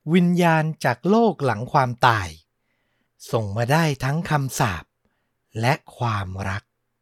วิญญาณจากโลกหลังความตายส่งมาได้ทั้งคำสาปและความรัก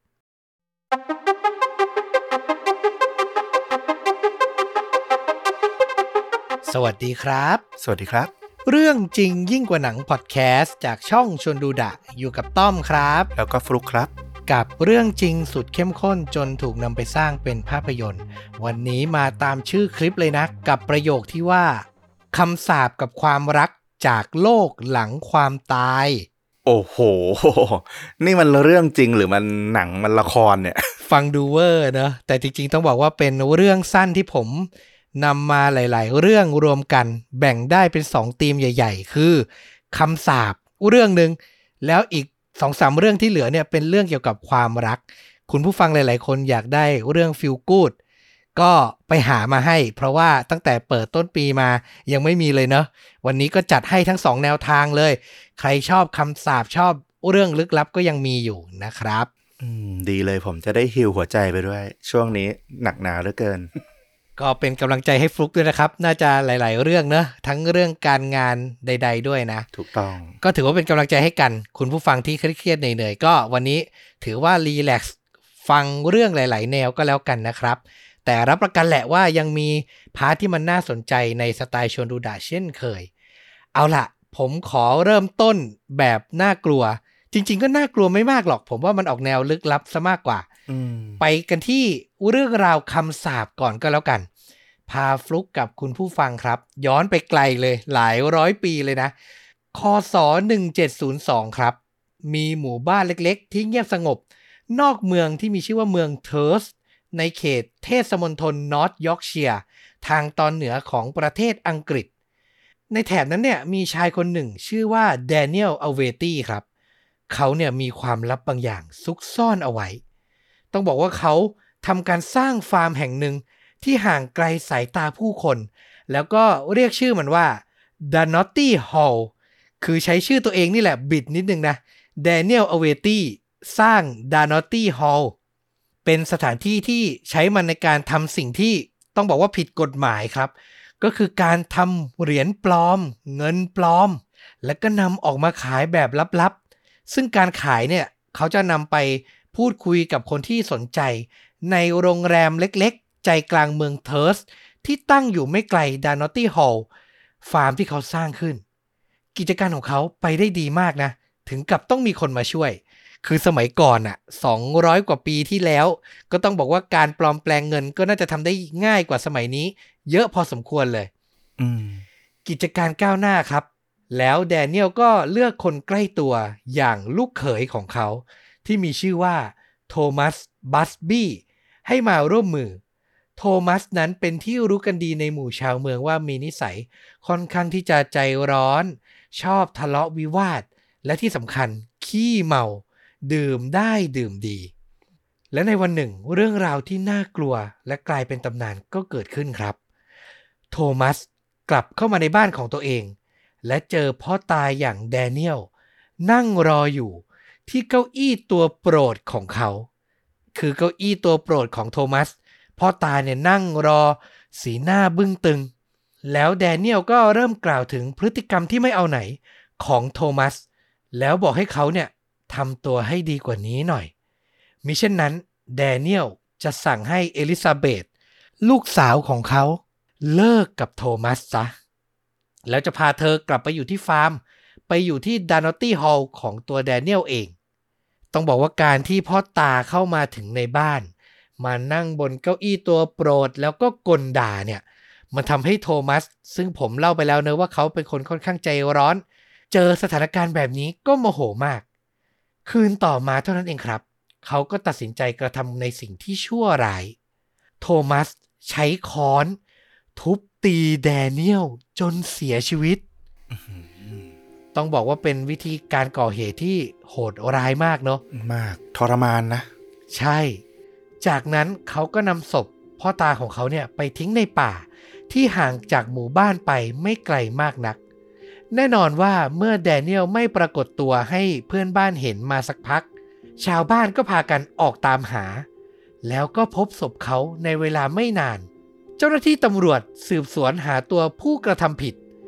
สวัสดีครับสวัสดีครับเรื่องจริงยิ่งกว่าหนังพอดแคสต์จากช่องชวนดูดะอยู่กับต้อมครับแล้วก็ฟลุกครับกับเรื่องจริงสุดเข้มข้นจนถูกนำไปสร้างเป็นภาพยนตร์วันนี้มาตามชื่อคลิปเลยนะกับประโยคที่ว่าคำสาปกับความรักจากโลกหลังความตายโอ้โหนี่มันเรื่องจริงหรือมันหนังมันละครเนี่ยฟังดูเวอร์เนอะแต่จริงๆต้องบอกว่าเป็นเรื่องสั้นที่ผมนำมาหลายๆเรื่องรวมกันแบ่งได้เป็น2ธีมใหญ่ๆคือคำสาปเรื่องนึงแล้วอีก 2-3 เรื่องที่เหลือเนี่ยเป็นเรื่องเกี่ยวกับความรักคุณผู้ฟังหลายๆคนอยากได้เรื่อง Feel Good ก็ไปหามาให้เพราะว่าตั้งแต่เปิดต้นปีมายังไม่มีเลยเนอะวันนี้ก็จัดให้ทั้ง2แนวทางเลยใครชอบคำสาปชอบเรื่องลึกลับก็ยังมีอยู่นะครับดีเลยผมจะได้ฮีลหัวใจไปด้วยช่วงนี้หนักหนาเหลือเกินก็เป็นกำลังใจให้ฟลุกด้วยนะครับน่าจะหลายๆเรื่องเนอะทั้งเรื่องการงานใดๆด้วยนะถูกต้องก็ถือว่าเป็นกำลังใจให้กันคุณผู้ฟังที่เครียดๆเหนื่อยๆก็วันนี้ถือว่ารีแลกซ์ฟังเรื่องหลายๆแนวก็แล้วกันนะครับแต่รับประกันแหละว่ายังมีพาร์ทที่มันน่าสนใจในสไตล์ชวนดูดะเช่นเคยเอาล่ะผมขอเริ่มต้นแบบน่ากลัวจริงๆก็น่ากลัวไม่มากหรอกผมว่ามันออกแนวลึกลับซะมากกว่าไปกันที่เรื่องราวคำสาปก่อนก็แล้วกันพาฟลุกกับคุณผู้ฟังครับย้อนไปไกลเลยหลายร้อยปีเลยนะคศ1702ครับมีหมู่บ้านเล็กๆที่เงียบสงบนอกเมืองที่มีชื่อว่าเมืองเทิร์สในเขตเทศมณฑลนอร์ทยอร์กเชียร์ทางตอนเหนือของประเทศอังกฤษในแถบนั้นเนี่ยมีชายคนหนึ่งชื่อว่าแดเนียลอัลเวตี้ครับเขาเนี่ยมีความลับบางอย่างซุกซ่อนเอาไว้ต้องบอกว่าเขาทำการสร้างฟาร์มแห่งหนึ่งที่ห่างไกลสายตาผู้คนแล้วก็เรียกชื่อมันว่า Danotty Hall คือใช้ชื่อตัวเองนี่แหละบิดนิดนึงนะ Daniel Avetty สร้าง Danotty Hall เป็นสถานที่ที่ใช้มันในการทำสิ่งที่ต้องบอกว่าผิดกฎหมายครับก็คือการทำเหรียญปลอมเงินปลอมแล้วก็นำออกมาขายแบบลับๆซึ่งการขายเนี่ยเขาจะนำไปพูดคุยกับคนที่สนใจในโรงแรมเล็กๆใจกลางเมืองเทิร์สที่ตั้งอยู่ไม่ไกลดานอตตี้ฮอลล์ฟาร์มที่เขาสร้างขึ้นกิจการของเขาไปได้ดีมากนะถึงกับต้องมีคนมาช่วยคือสมัยก่อนอ่ะ200 กว่าปีที่แล้วก็ต้องบอกว่าการปลอมแปลงเงินก็น่าจะทำได้ง่ายกว่าสมัยนี้เยอะพอสมควรเลยกิจการก้าวหน้าครับแล้วแดเนียลก็เลือกคนใกล้ตัวอย่างลูกเขยของเขาที่มีชื่อว่าโทมัสบัสบี้ให้มาร่วมมือโทมัสนั้นเป็นที่รู้กันดีในหมู่ชาวเมืองว่ามีนิสัยค่อนข้างที่จะใจร้อนชอบทะเลาะวิวาทและที่สำคัญขี้เมาดื่มได้ดื่มดีและในวันหนึ่งเรื่องราวที่น่ากลัวและกลายเป็นตำนานก็เกิดขึ้นครับโทมัสกลับเข้ามาในบ้านของตัวเองและเจอพ่อตายอย่างแดเนียลนั่งรออยู่ที่เก้าอี้ตัวโปรดของเขาคือเก้าอี้ตัวโปรดของโทมัสพ่อตายเนี่ยนั่งรอสีหน้าบึ้งตึงแล้วแดเนียลก็เริ่มกล่าวถึงพฤติกรรมที่ไม่เอาไหนของโทมัสแล้วบอกให้เขาเนี่ยทำตัวให้ดีกว่านี้หน่อยมิเช่นนั้นแดเนียลจะสั่งให้เอลิซาเบธลูกสาวของเขาเลิกกับโทมัสซะแล้วจะพาเธอกลับไปอยู่ที่ฟาร์มไปอยู่ที่ดานอตตี้ฮอลล์ของตัวแดเนียลเองต้องบอกว่าการที่พ่อตาเข้ามาถึงในบ้านมานั่งบนเก้าอี้ตัวโปรดแล้วก็กลด่าเนี่ยมันทำให้โทมัสซึ่งผมเล่าไปแล้วเนอะว่าเขาเป็นคนค่อนข้างใจร้อนเจอสถานการณ์แบบนี้ก็โมโหมากคืนต่อมาเท่านั้นเองครับเขาก็ตัดสินใจกระทำในสิ่งที่ชั่วร้ายโทมัสใช้ค้อนทุบตีแดเนียลจนเสียชีวิตต้องบอกว่าเป็นวิธีการก่อเหตุที่โหดร้ายมากเนาะมากทรมานนะใช่จากนั้นเขาก็นำศพพ่อตาของเขาเนี่ยไปทิ้งในป่าที่ห่างจากหมู่บ้านไปไม่ไกลมากนักแน่นอนว่าเมื่อแดเนียลไม่ปรากฏตัวให้เพื่อนบ้านเห็นมาสักพักชาวบ้านก็พากันออกตามหาแล้วก็พบศพเขาในเวลาไม่นานเจ้าหน้าที่ตำรวจสืบสวนหาตัวผู้กระทำผิด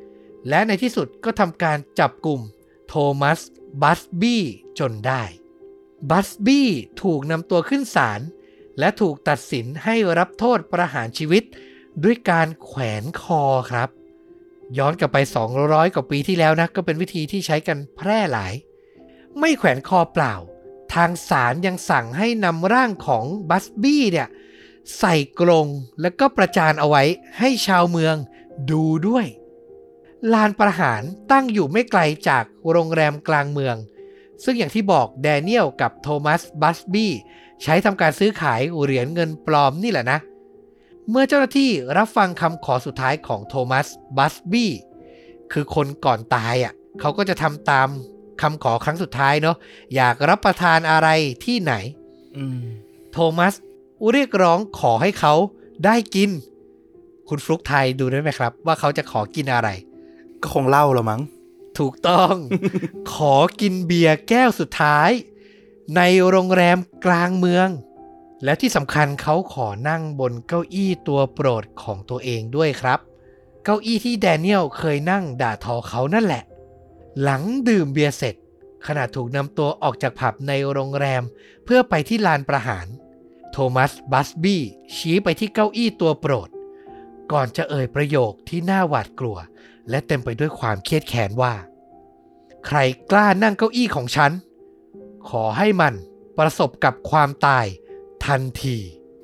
และในที่สุดก็ทำการจับกลุ่มโทมัสบัสบี้จนได้บัสบี้ถูกนำตัวขึ้นศาลและถูกตัดสินให้รับโทษประหารชีวิตด้วยการแขวนคอครับย้อนกลับไป200 กว่าปีที่แล้วนะก็เป็นวิธีที่ใช้กันแพร่หลายไม่แขวนคอเปล่าทางศาลยังสั่งให้นำร่างของบัสบี้เนี่ยใส่กรงแล้วก็ประจานเอาไว้ให้ชาวเมืองดูด้วยลานประหารตั้งอยู่ไม่ไกลจากโรงแรมกลางเมืองซึ่งอย่างที่บอกแดเนียลกับโทมัสบัสบี้ใช้ทำการซื้อขายเหรียญเงินปลอมนี่แหละนะเมื่อเจ้าหน้าที่รับฟังคำขอสุดท้ายของโทมัสบัสบี้คือคนก่อนตายเขาก็จะทำตามคำขอครั้งสุดท้ายเนาะอยากรับประทานอะไรที่ไหนโทมัสเรียกร้องขอให้เขาได้กินคุณฟลุกไทยดูได้ไหมครับว่าเขาจะขอกินอะไรก็คงเหล้าละมั้งถูกต้อง ขอกินเบียร์แก้วสุดท้ายในโรงแรมกลางเมืองและที่สำคัญเขาขอนั่งบนเก้าอี้ตัวโปรดของตัวเองด้วยครับเก้าอี้ที่แดเนียลเคยนั่งด่าทอเขานั่นแหละหลังดื่มเบียร์เสร็จขณะถูกนำตัวออกจากผับในโรงแรมเพื่อไปที่ลานประหารโทมัสบัสบี้ชี้ไปที่เก้าอี้ตัวโปรดก่อนจะเอ่ยประโยคที่น่าหวาดกลัวและเต็มไปด้วยความเครียดแค้นว่าใครกล้านั่งเก้าอี้ของฉันขอให้มันประสบกับความตายทันที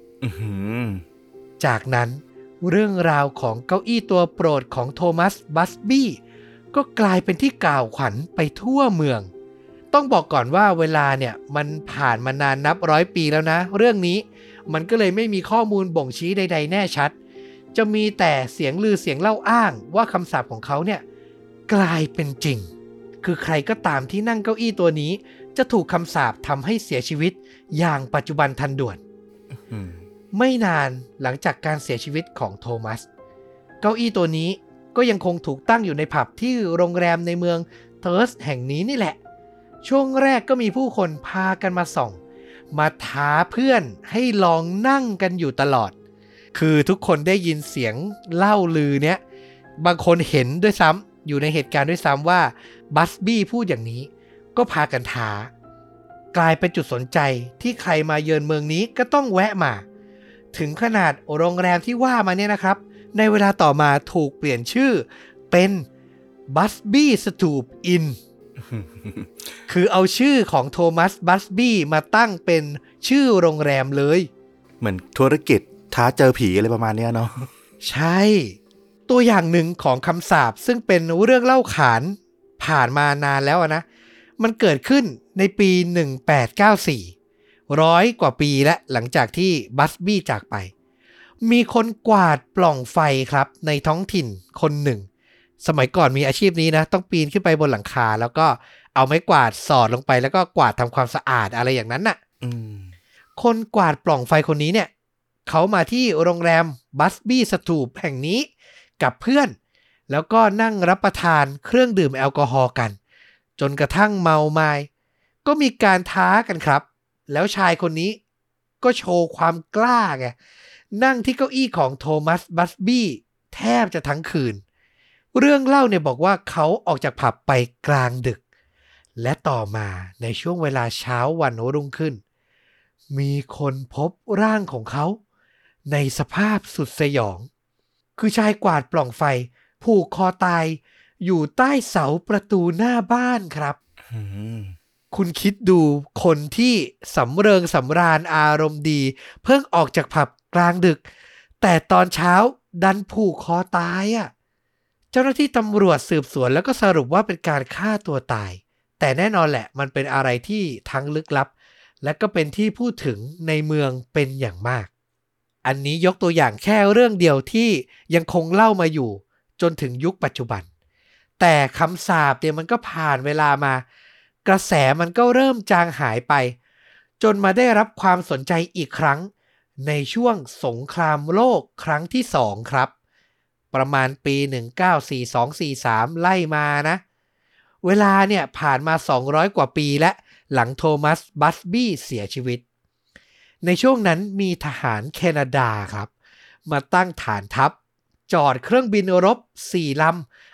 จากนั้นเรื่องราวของเก้าอี้ตัวโปรดของโทมัสบัสบี้ก็กลายเป็นที่กล่าวขวัญไปทั่วเมืองต้องบอกก่อนว่าเวลาเนี่ยมันผ่านมานานนับ100 ปีแล้วนะเรื่องนี้มันก็เลยไม่มีข้อมูลบ่งชี้ใดๆแน่ชัดจะมีแต่เสียงลือเสียงเล่าอ้างว่าคำสาปของเขาเนี่ยกลายเป็นจริงคือใครก็ตามที่นั่งเก้าอี้ตัวนี้จะถูกคำสาปทำให้เสียชีวิตอย่างปัจจุบันทันด่วนไม่นานหลังจากการเสียชีวิตของโทมัสเก้าอี้ตัวนี้ก็ยังคงถูกตั้งอยู่ในผับที่โรงแรมในเมืองเทิร์สแห่งนี้นี่แหละช่วงแรกก็มีผู้คนพากันมาส่องมาท้าเพื่อนให้ลองนั่งกันอยู่ตลอดคือทุกคนได้ยินเสียงเล่าลือเนี้ยบางคนเห็นด้วยซ้ำอยู่ในเหตุการณ์ด้วยซ้ำว่าบัสบี้พูดอย่างนี้ก็พากันท้ากลายเป็นจุดสนใจที่ใครมาเยือนเมืองนี้ก็ต้องแวะมาถึงขนาดโรงแรมที่ว่ามาเนี่ยนะครับในเวลาต่อมาถูกเปลี่ยนชื่อเป็นบัสบี้สตูปอินคือเอาชื่อของโทมัสบัสบี้มาตั้งเป็นชื่อโรงแรมเลยเหมือนธุรกิจท้าเจอผีอะไรประมาณนี้เนาะใช่ตัวอย่างหนึ่งของคำสาปซึ่งเป็นเรื่องเล่าขานผ่านมานานแล้วนะมันเกิดขึ้นในปี1894 100 กว่าปีและหลังจากที่บัสบี้จากไปมีคนกวาดปล่องไฟครับในท้องถิ่นคนหนึ่งสมัยก่อนมีอาชีพนี้นะต้องปีนขึ้นไปบนหลังคาแล้วก็เอาไม้กวาดสอดลงไปแล้วก็กวาดทำความสะอาดอะไรอย่างนั้นน่ะคนกวาดปล่องไฟคนนี้เนี่ยเขามาที่โรงแรมบัสบี้สตูปแห่งนี้กับเพื่อนแล้วก็นั่งรับประทานเครื่องดื่มแอลกอฮอล์กันจนกระทั่งเมาไม้ก็มีการท้ากันครับแล้วชายคนนี้ก็โชว์ความกล้าไงนั่งที่เก้าอี้ของโทมัสบัสบี้แทบจะทั้งคืนเรื่องเล่าเนี่ยบอกว่าเขาออกจากผับไปกลางดึกและต่อมาในช่วงเวลาเช้าวันรุ่งขึ้นมีคนพบร่างของเขาในสภาพสุดสยองคือชายกวาดปล่องไฟผูกคอตายอยู่ใต้เสาประตูหน้าบ้านครับคุณคิดดูคนที่สำเริงสำราญอารมณ์ดีเพิ่งออกจากผับกลางดึกแต่ตอนเช้าดันผูกคอตายเจ้าหน้าที่ตำรวจสืบสวนแล้วก็สรุปว่าเป็นการฆ่าตัวตายแต่แน่นอนแหละมันเป็นอะไรที่ทั้งลึกลับและก็เป็นที่พูดถึงในเมืองเป็นอย่างมากอันนี้ยกตัวอย่างแค่เรื่องเดียวที่ยังคงเล่ามาอยู่จนถึงยุคปัจจุบันแต่คำสาปเนี่ยมันก็ผ่านเวลามากระแสมันก็เริ่มจางหายไปจนมาได้รับความสนใจอีกครั้งในช่วงสงครามโลกครั้งที่2ครับประมาณปี1942-43ไล่มานะเวลาเนี่ยผ่านมา200 กว่าปีและหลังโทมัสบัสบี้เสียชีวิตในช่วงนั้นมีทหารแคนาดาครับมาตั้งฐานทัพจอดเครื่องบินรบ4 ลำ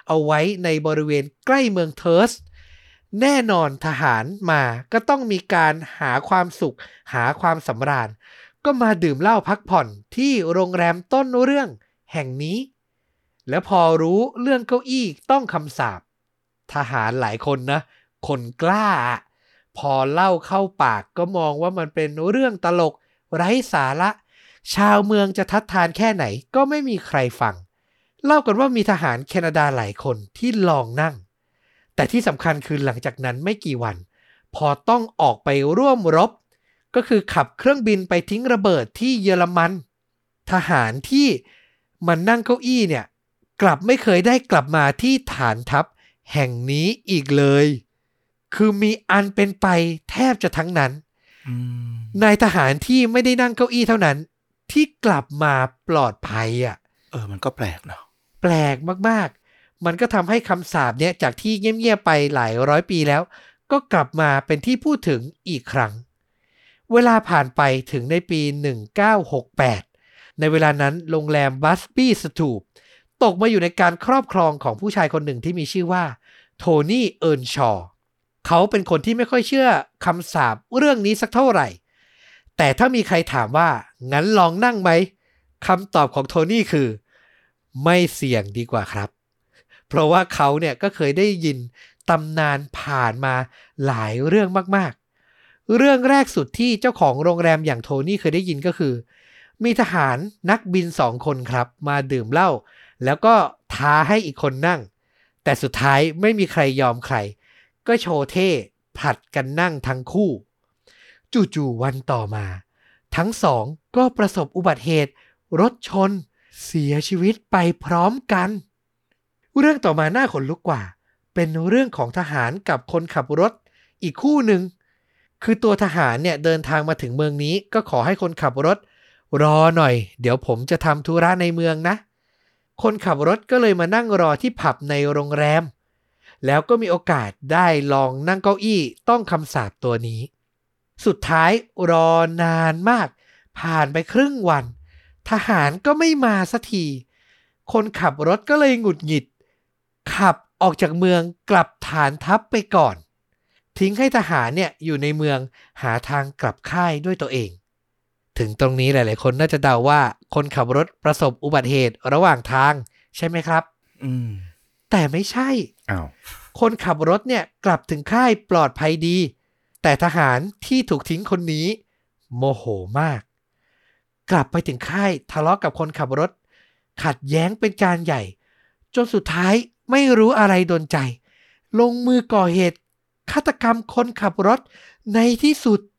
เอาไว้ในบริเวณใกล้เมืองเทิร์สแน่นอนทหารมาก็ต้องมีการหาความสุขหาความสำราญก็มาดื่มเหล้าพักผ่อนที่โรงแรมต้นเรื่องแห่งนี้แล้วพอรู้เรื่องเก้าอี้ต้องคำสาปทหารหลายคนนะคนกล้าพอเล่าเข้าปากก็มองว่ามันเป็นเรื่องตลกไร้สาระชาวเมืองจะทัดทานแค่ไหนก็ไม่มีใครฟังเล่ากันว่ามีทหารแคนาดาหลายคนที่ลองนั่งแต่ที่สำคัญคือหลังจากนั้นไม่กี่วันพอต้องออกไปร่วมรบก็คือขับเครื่องบินไปทิ้งระเบิดที่เยอรมันทหารที่มันนั่งเก้าอี้เนี่ยกลับไม่เคยได้กลับมาที่ฐานทัพแห่งนี้อีกเลยคือมีอันเป็นไปแทบจะทั้งนั้นนายทหารที่ไม่ได้นั่งเก้าอี้เท่านั้นที่กลับมาปลอดภัยมันก็แปลกเนาะแปลกมากๆมันก็ทำให้คำสาปเนี่ยจากที่เงียบๆไปหลายร้อยปีแล้วก็กลับมาเป็นที่พูดถึงอีกครั้งเวลาผ่านไปถึงในปี1968ในเวลานั้นโรงแรมบัสบี้สตูปตกมาอยู่ในการครอบครองของผู้ชายคนหนึ่งที่มีชื่อว่าโทนี่เอิร์นชอว์เขาเป็นคนที่ไม่ค่อยเชื่อคำสาปเรื่องนี้สักเท่าไหร่แต่ถ้ามีใครถามว่างั้นลองนั่งไหมคำตอบของโทนี่คือไม่เสี่ยงดีกว่าครับเพราะว่าเขาเนี่ยก็เคยได้ยินตำนานผ่านมาหลายเรื่องมากๆเรื่องแรกสุดที่เจ้าของโรงแรมอย่างโทนี่เคยได้ยินก็คือมีทหารนักบิน2 คนครับมาดื่มเหล้าแล้วก็ท้าให้อีกคนนั่งแต่สุดท้ายไม่มีใครยอมใครก็โชว์เท่ผลัดกันนั่งทั้งคู่จู่ๆวันต่อมาทั้งสองก็ประสบอุบัติเหตุรถชนเสียชีวิตไปพร้อมกันเรื่องต่อมาน่าขนลุกกว่าเป็นเรื่องของทหารกับคนขับรถอีกคู่หนึ่งคือตัวทหารเนี่ยเดินทางมาถึงเมืองนี้ก็ขอให้คนขับรถรอหน่อยเดี๋ยวผมจะทำธุระในเมืองนะคนขับรถก็เลยมานั่งรอที่ผับในโรงแรมแล้วก็มีโอกาสได้ลองนั่งเก้าอี้ต้องคำสาปตัวนี้สุดท้ายรอนานมากผ่านไปครึ่งวันทหารก็ไม่มาสักทีคนขับรถก็เลยหงุดหงิดขับออกจากเมืองกลับฐานทัพไปก่อนทิ้งให้ทหารเนี่ยอยู่ในเมืองหาทางกลับค่ายด้วยตัวเองถึงตรงนี้หลายๆคนน่าจะเดาว่าคนขับรถประสบอุบัติเหตุระหว่างทางใช่ไหมครับแต่ไม่ใช่คนขับรถเนี่ยกลับถึงค่ายปลอดภัยดีแต่ทหารที่ถูกทิ้งคนนี้โมโหมากกลับไปถึงค่ายทะเลาะกับคนขับรถขัดแย้งเป็นการใหญ่จนสุดท้ายไม่รู้อะไรดลใจลงมือก่อเหตุฆาตกรรมคนขับรถในที่สุด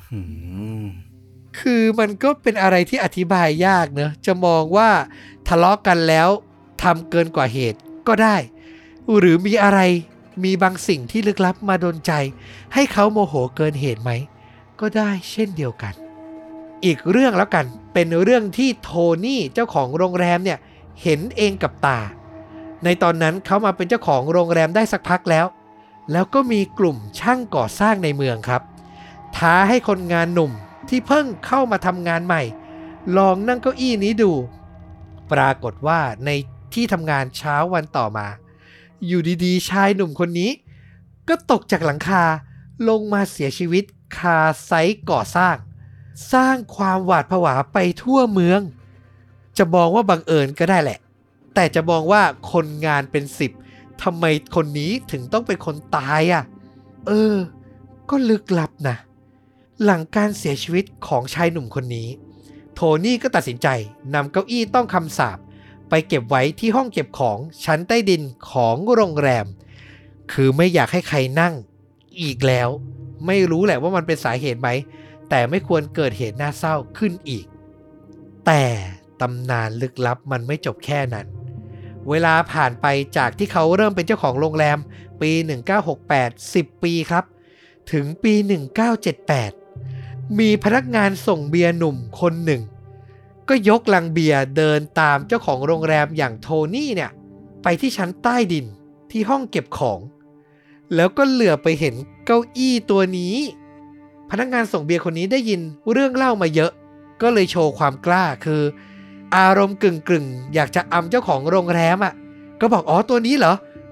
คือมันก็เป็นอะไรที่อธิบายยากเนอะจะมองว่าทะเลาะกันแล้วทำเกินกว่าเหตุก็ได้หรือมีอะไรมีบางสิ่งที่ลึกลับมาดลใจให้เขาโมโหเกินเหตุไหมก็ได้เช่นเดียวกันอีกเรื่องแล้วกันเป็นเรื่องที่โทนี่เจ้าของโรงแรมเนี่ยเห็นเองกับตาในตอนนั้นเขามาเป็นเจ้าของโรงแรมได้สักพักแล้วก็มีกลุ่มช่างก่อสร้างในเมืองครับท้าให้คนงานหนุ่มที่เพิ่งเข้ามาทำงานใหม่ลองนั่งเก้าอี้นี้ดูปรากฏว่าในที่ทำงานเช้าวันต่อมาอยู่ดีๆชายหนุ่มคนนี้ก็ตกจากหลังคาลงมาเสียชีวิตคาไซต์ก่อสร้างความหวาดผวาไปทั่วเมืองจะมองว่าบังเอิญก็ได้แหละแต่จะมองว่าคนงานเป็น10ทำไมคนนี้ถึงต้องเป็นคนตายก็ลึกลับนะหลังการเสียชีวิตของชายหนุ่มคนนี้โทนี่ก็ตัดสินใจนำเก้าอี้ต้องคำสาปไปเก็บไว้ที่ห้องเก็บของชั้นใต้ดินของโรงแรมคือไม่อยากให้ใครนั่งอีกแล้วไม่รู้แหละว่ามันเป็นสาเหตุไหมแต่ไม่ควรเกิดเหตุน่าเศร้าขึ้นอีกแต่ตำนานลึกลับมันไม่จบแค่นั้นเวลาผ่านไปจากที่เขาเริ่มเป็นเจ้าของโรงแรมปี1968 10 ปีครับถึงปี1978มีพนักงานส่งเบียร์หนุ่มคนหนึ่งก็ยกลังเบียร์เดินตามเจ้าของโรงแรมอย่างโทนี่เนี่ยไปที่ชั้นใต้ดินที่ห้องเก็บของแล้วก็เหลือบไปเห็นเก้าอี้ตัวนี้พนักงานส่งเบียร์คนนี้ได้ยินเรื่องเล่ามาเยอะก็เลยโชว์ความกล้าคืออารมณ์กึ่งอยากจะอำเจ้าของโรงแรมก็บอกอ๋อตัวนี้เหรอ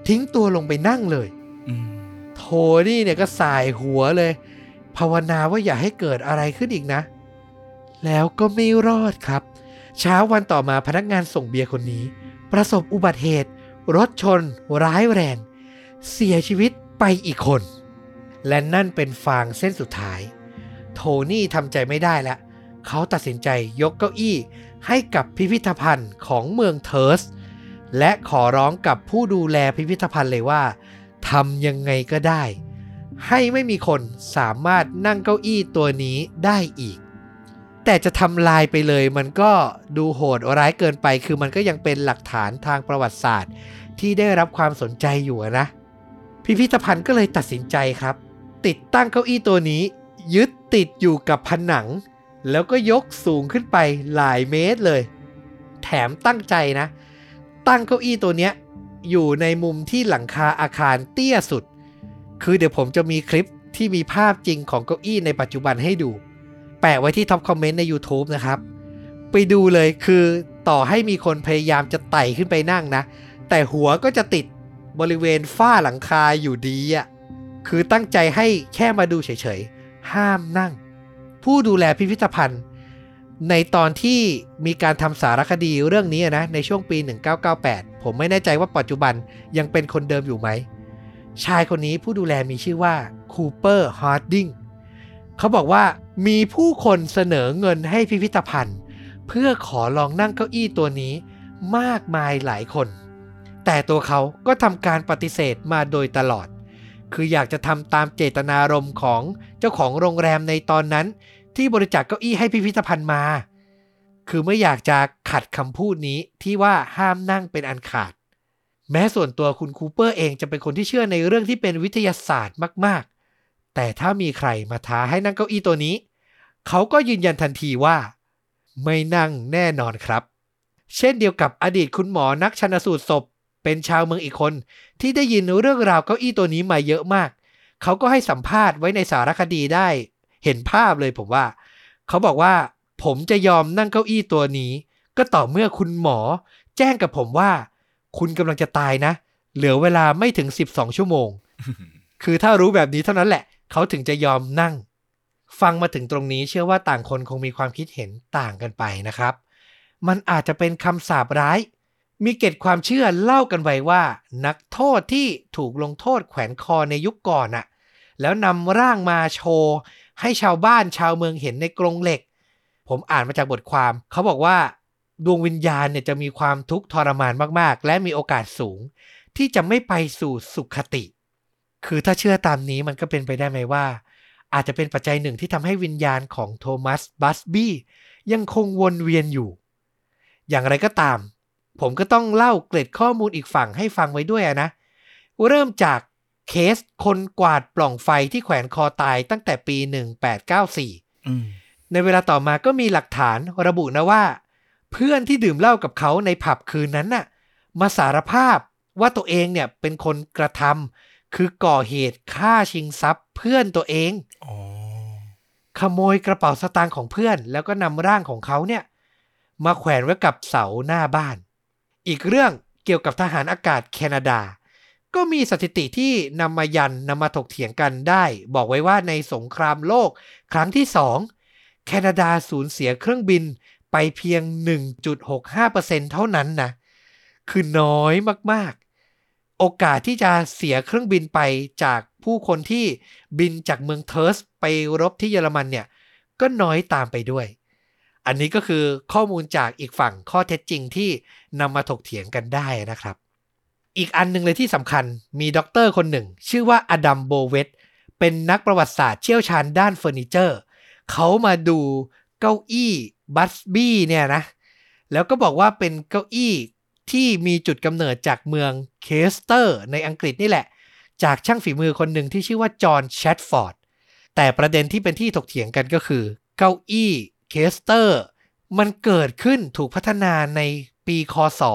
ทิ้งตัวลงไปนั่งเลยโทนี่เนี่ยก็สายหัวเลยภาวนาว่าอย่าให้เกิดอะไรขึ้นอีกนะแล้วก็ไม่รอดครับเช้าวันต่อมาพนักงานส่งเบียร์คนนี้ประสบอุบัติเหตุรถชนร้ายแรงเสียชีวิตไปอีกคนและนั่นเป็นฟางเส้นสุดท้ายโทนี่ทำใจไม่ได้แล้วเขาตัดสินใจยกเก้าอี้ให้กับพิพิธภัณฑ์ของเมืองเทิร์สและขอร้องกับผู้ดูแลพิพิธภัณฑ์เลยว่าทำยังไงก็ได้ให้ไม่มีคนสามารถนั่งเก้าอี้ตัวนี้ได้อีกแต่จะทำลายไปเลยมันก็ดูโหดร้ายเกินไปคือมันก็ยังเป็นหลักฐานทางประวัติศาสตร์ที่ได้รับความสนใจอยู่นะพิพิธภัณฑ์ก็เลยตัดสินใจครับติดตั้งเก้าอี้ตัวนี้ยึดติดอยู่กับผนังแล้วก็ยกสูงขึ้นไปหลายเมตรเลยแถมตั้งใจนะตั้งเก้าอี้ตัวเนี้ยอยู่ในมุมที่หลังคาอาคารเตี้ยสุดคือเดี๋ยวผมจะมีคลิปที่มีภาพจริงของเก้าอี้ในปัจจุบันให้ดูแปะไว้ที่ท็อปคอมเมนต์ใน YouTube นะครับไปดูเลยคือต่อให้มีคนพยายามจะไต่ขึ้นไปนั่งนะแต่หัวก็จะติดบริเวณฝ้าหลังคาอยู่ดีอ่ะคือตั้งใจให้แค่มาดูเฉยๆห้ามนั่งผู้ดูแลพิพิธภัณฑ์ในตอนที่มีการทำสารคดีเรื่องนี้นะในช่วงปี1998ผมไม่แน่ใจว่าปัจจุบันยังเป็นคนเดิมอยู่ไหมชายคนนี้ผู้ดูแลมีชื่อว่าคูเปอร์ฮาร์ดิงเขาบอกว่ามีผู้คนเสนอเงินให้พิพิธภัณฑ์เพื่อขอลองนั่งเก้าอี้ตัวนี้มากมายหลายคนแต่ตัวเขาก็ทำการปฏิเสธมาโดยตลอดคืออยากจะทำตามเจตนารมณ์ของเจ้าของโรงแรมในตอนนั้นที่บริจาคเก้าอี้ให้พิพิธภัณฑ์มาคือไม่อยากจะขัดคำพูดนี้ที่ว่าห้ามนั่งเป็นอันขาดแม้ส่วนตัวคุณคูเปอร์เองจะเป็นคนที่เชื่อในเรื่องที่เป็นวิทยาศาสตร์มากๆแต่ถ้ามีใครมาท้าให้นั่งเก้าอี้ตัวนี้เขาก็ยืนยันทันทีว่าไม่นั่งแน่นอนครับเช่นเดียวกับอดีตคุณหมอนักชันสูตรศพเป็นชาวเมืองอีกคนที่ได้ยินเรื่องราวเก้าอี้ตัวนี้มาเยอะมากเขาก็ให้สัมภาษณ์ไว้ในสารคดีได้เห็นภาพเลยผมว่าเขาบอกว่าผมจะยอมนั่งเก้าอี้ตัวนี้ก็ต่อเมื่อคุณหมอแจ้งกับผมว่าคุณกำลังจะตายนะเหลือเวลาไม่ถึง12ชั่วโมง คือถ้ารู้แบบนี้เท่านั้นแหละเขาถึงจะยอมนั่งฟังมาถึงตรงนี้เชื่อว่าต่างคนคงมีความคิดเห็นต่างกันไปนะครับมันอาจจะเป็นคำสาปร้ายมีเกร็ดความเชื่อเล่ากันไว้ว่านักโทษที่ถูกลงโทษแขวนคอในยุคก่อนน่ะแล้วนำร่างมาโชว์ให้ชาวบ้านชาวเมืองเห็นในกรงเหล็กผมอ่านมาจากบทความเขาบอกว่าดวงวิญญาณเนี่ยจะมีความทุกข์ทรมานมากๆและมีโอกาสสูงที่จะไม่ไปสู่สุขติคือถ้าเชื่อตามนี้มันก็เป็นไปได้ไหมว่าอาจจะเป็นปัจจัยหนึ่งที่ทำให้วิญญาณของโทมัสบัสบี้ยังคงวนเวียนอยู่อย่างไรก็ตามผมก็ต้องเล่าเกร็ดข้อมูลอีกฝั่งให้ฟังไว้ด้วยนะเริ่มจากเคสคนกวาดปล่องไฟที่แขวนคอตายตั้งแต่ปี1894ในเวลาต่อมาก็มีหลักฐานระบุนะว่าเพื่อนที่ดื่มเหล้ากับเขาในผับคืนนั้นน่ะมาสารภาพว่าตัวเองเนี่ยเป็นคนกระทำคือก่อเหตุฆ่าชิงทรัพย์เพื่อนตัวเองขโมยกระเป๋าสตางค์ของเพื่อนแล้วก็นำร่างของเขาเนี่ยมาแขวนไว้กับเสาหน้าบ้านอีกเรื่องเกี่ยวกับทหารอากาศแคนาดาก็มีสถิติที่นำมาถกเถียงกันได้บอกไว้ว่าในสงครามโลกครั้งที่2แคนาดาสูญเสียเครื่องบินไปเพียง 1.65% เท่านั้นนะคือน้อยมากๆโอกาสที่จะเสียเครื่องบินไปจากผู้คนที่บินจากเมืองเทิร์สไปรบที่เยอรมันเนี่ยก็น้อยตามไปด้วยอันนี้ก็คือข้อมูลจากอีกฝั่งข้อเท็จจริงที่นำมาถกเถียงกันได้นะครับอีกอันนึงเลยที่สำคัญมีด็อกเตอร์คนหนึ่งชื่อว่าอดัมโบเวตเป็นนักประวัติศาสตร์เชี่ยวชาญด้านเฟอร์นิเจอร์เขามาดูเก้าอี้บัสบี้เนี่ยนะแล้วก็บอกว่าเป็นเก้าอี้ที่มีจุดกำเนิดจากเมืองเคสเตอร์ในอังกฤษนี่แหละจากช่างฝีมือคนหนึ่งที่ชื่อว่าจอห์นแชตฟอร์ดแต่ประเด็นที่เป็นที่ถกเถียงกันก็คือเก้าอี้เคสเตอร์มันเกิดขึ้นถูกพัฒนาในปีคศ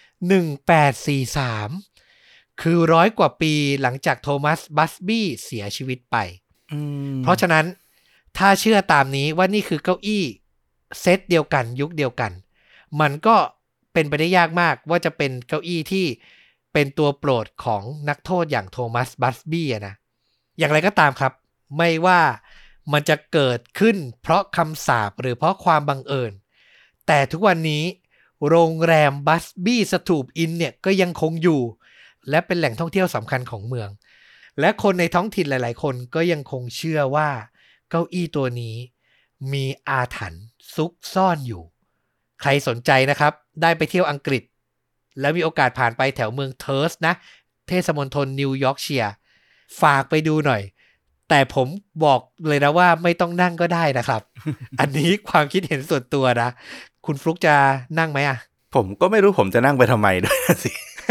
1843คือ100 กว่าปีหลังจากโทมัสบัสบี้เสียชีวิตไปเพราะฉะนั้นถ้าเชื่อตามนี้ว่านี่คือเก้าอี้เซตเดียวกันยุคเดียวกันมันก็เป็นไปได้ยากมากว่าจะเป็นเก้าอี้ที่เป็นตัวโปรดของนักโทษอย่างโทมัสบัสบี้นะอย่างไรก็ตามครับไม่ว่ามันจะเกิดขึ้นเพราะคำสาปหรือเพราะความบังเอิญแต่ทุกวันนี้โรงแรมบัสบี้สตูปอินเนี่ยก็ยังคงอยู่และเป็นแหล่งท่องเที่ยวสำคัญของเมืองและคนในท้องถิ่นหลายๆคนก็ยังคงเชื่อว่าเก้าอี้ตัวนี้มีอาถรรพ์ซุกซ่อนอยู่ใครสนใจนะครับได้ไปเที่ยวอังกฤษแล้วมีโอกาสผ่านไปแถวเมืองเทิร์สนะเทศมณฑลนิวยอร์กเชียร์ฝากไปดูหน่อยแต่ผมบอกเลยนะว่าไม่ต้องนั่งก็ได้นะครับ อันนี้ความคิดเห็นส่วนตัวนะคุณฟลุกจะนั่งไหมอ่ะผมก็ไม่รู้ผมจะนั่งไปทำไมด้วยสิ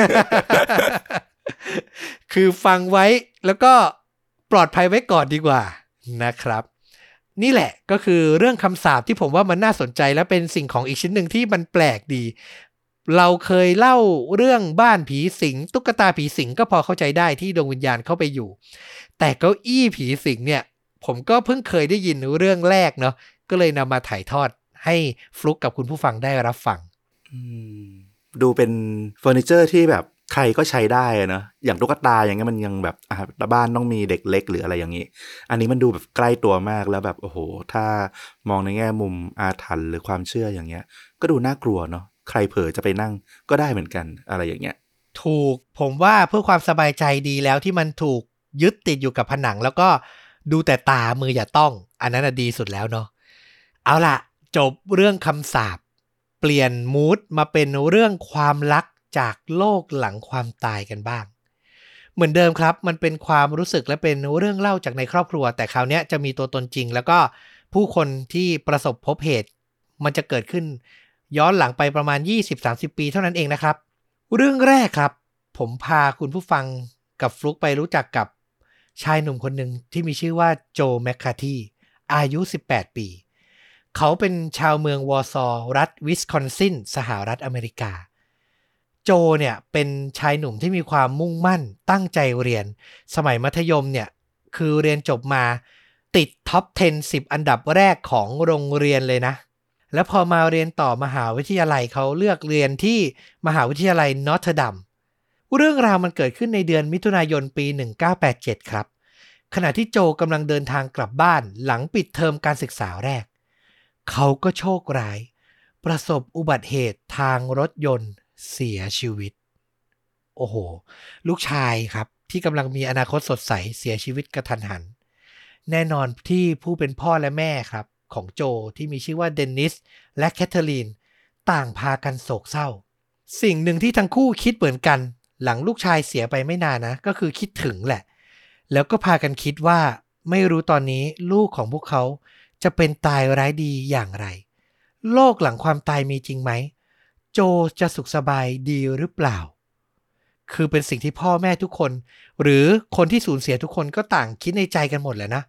คือฟังไว้แล้วก็ปลอดภัยไว้ก่อนดีกว่านะครับนี่แหละก็คือเรื่องคำสาปที่ผมว่ามันน่าสนใจและเป็นสิ่งของอีกชิ้นหนึ่งที่มันแปลกดีเราเคยเล่าเรื่องบ้านผีสิงตุ๊กตาผีสิงก็พอเข้าใจได้ที่ดวงวิญญาณเข้าไปอยู่แต่เก้าอี้ผีสิงเนี่ยผมก็เพิ่งเคยได้ยินเรื่องแรกเนาะก็เลยนำมาถ่ายทอดให้ฟลุกกับคุณผู้ฟังได้รับฟังดูเป็นเฟอร์นิเจอร์ที่แบบใครก็ใช้ได้เนอะอย่างตุ๊กตาอย่างเงี้ยมันยังแบบบ้านต้องมีเด็กเล็กหรืออะไรอย่างนี้อันนี้มันดูแบบใกล้ตัวมากแล้วแบบโอ้โหถ้ามองในแง่มุมอาถรรพ์หรือความเชื่ออย่างเงี้ยก็ดูน่ากลัวเนาะใครเผลอจะไปนั่งก็ได้เหมือนกันอะไรอย่างเงี้ยถูกผมว่าเพื่อความสบายใจดีแล้วที่มันถูกยึดติดอยู่กับผนังแล้วก็ดูแต่ตามืออย่าต้องอันนั้นดีสุดแล้วเนาะเอาล่ะจบเรื่องคำสาปเปลี่ยนมูดมาเป็นเรื่องความรักจากโลกหลังความตายกันบ้างเหมือนเดิมครับมันเป็นความรู้สึกและเป็นเรื่องเล่าจากในครอบครัวแต่คราวนี้จะมีตัวตนจริงแล้วก็ผู้คนที่ประสบพบเหตุมันจะเกิดขึ้นย้อนหลังไปประมาณ 20-30 ปีเท่านั้นเองนะครับเรื่องแรกครับผมพาคุณผู้ฟังกับฟลุกไปรู้จักกับชายหนุ่มคนหนึ่งที่มีชื่อว่าโจแมคคาธีอายุ18ปีเขาเป็นชาวเมืองวอร์ซอรัฐวิสคอนซินสหรัฐอเมริกาโจเนี่ยเป็นชายหนุ่มที่มีความมุ่งมั่นตั้งใจเรียนสมัยมัธยมเนี่ยคือเรียนจบมาติดท็อป 10 อันดับแรกของโรงเรียนเลยนะแล้วพอมาเรียนต่อมหาวิทยาลัยเขาเลือกเรียนที่มหาวิทยาลัยนอร์ทดัมเรื่องราวมันเกิดขึ้นในเดือนมิถุนายนปี1987ครับขณะที่โจกำลังเดินทางกลับบ้านหลังปิดเทอมการศึกษาแรกเขาก็โชคร้ายประสบอุบัติเหตุทางรถยนต์เสียชีวิตโอ้โหลูกชายครับที่กำลังมีอนาคตสดใสเสียชีวิตกระทันหันแน่นอนที่ผู้เป็นพ่อและแม่ครับของโจที่มีชื่อว่าเดนนิสและแคทเธอรีนต่างพากันโศกเศร้าสิ่งหนึ่งที่ทั้งคู่คิดเหมือนกันหลังลูกชายเสียไปไม่นานนะก็คือคิดถึงแหละแล้วก็พากันคิดว่าไม่รู้ตอนนี้ลูกของพวกเขาจะเป็นตายร้ายดีอย่างไรโลกหลังความตายมีจริงไหมโจจะสุขสบายดีหรือเปล่าคือเป็นสิ่งที่พ่อแม่ทุกคนหรือคนที่สูญเสียทุกคนก็ต่างคิดในใจกันหมดแหละนะ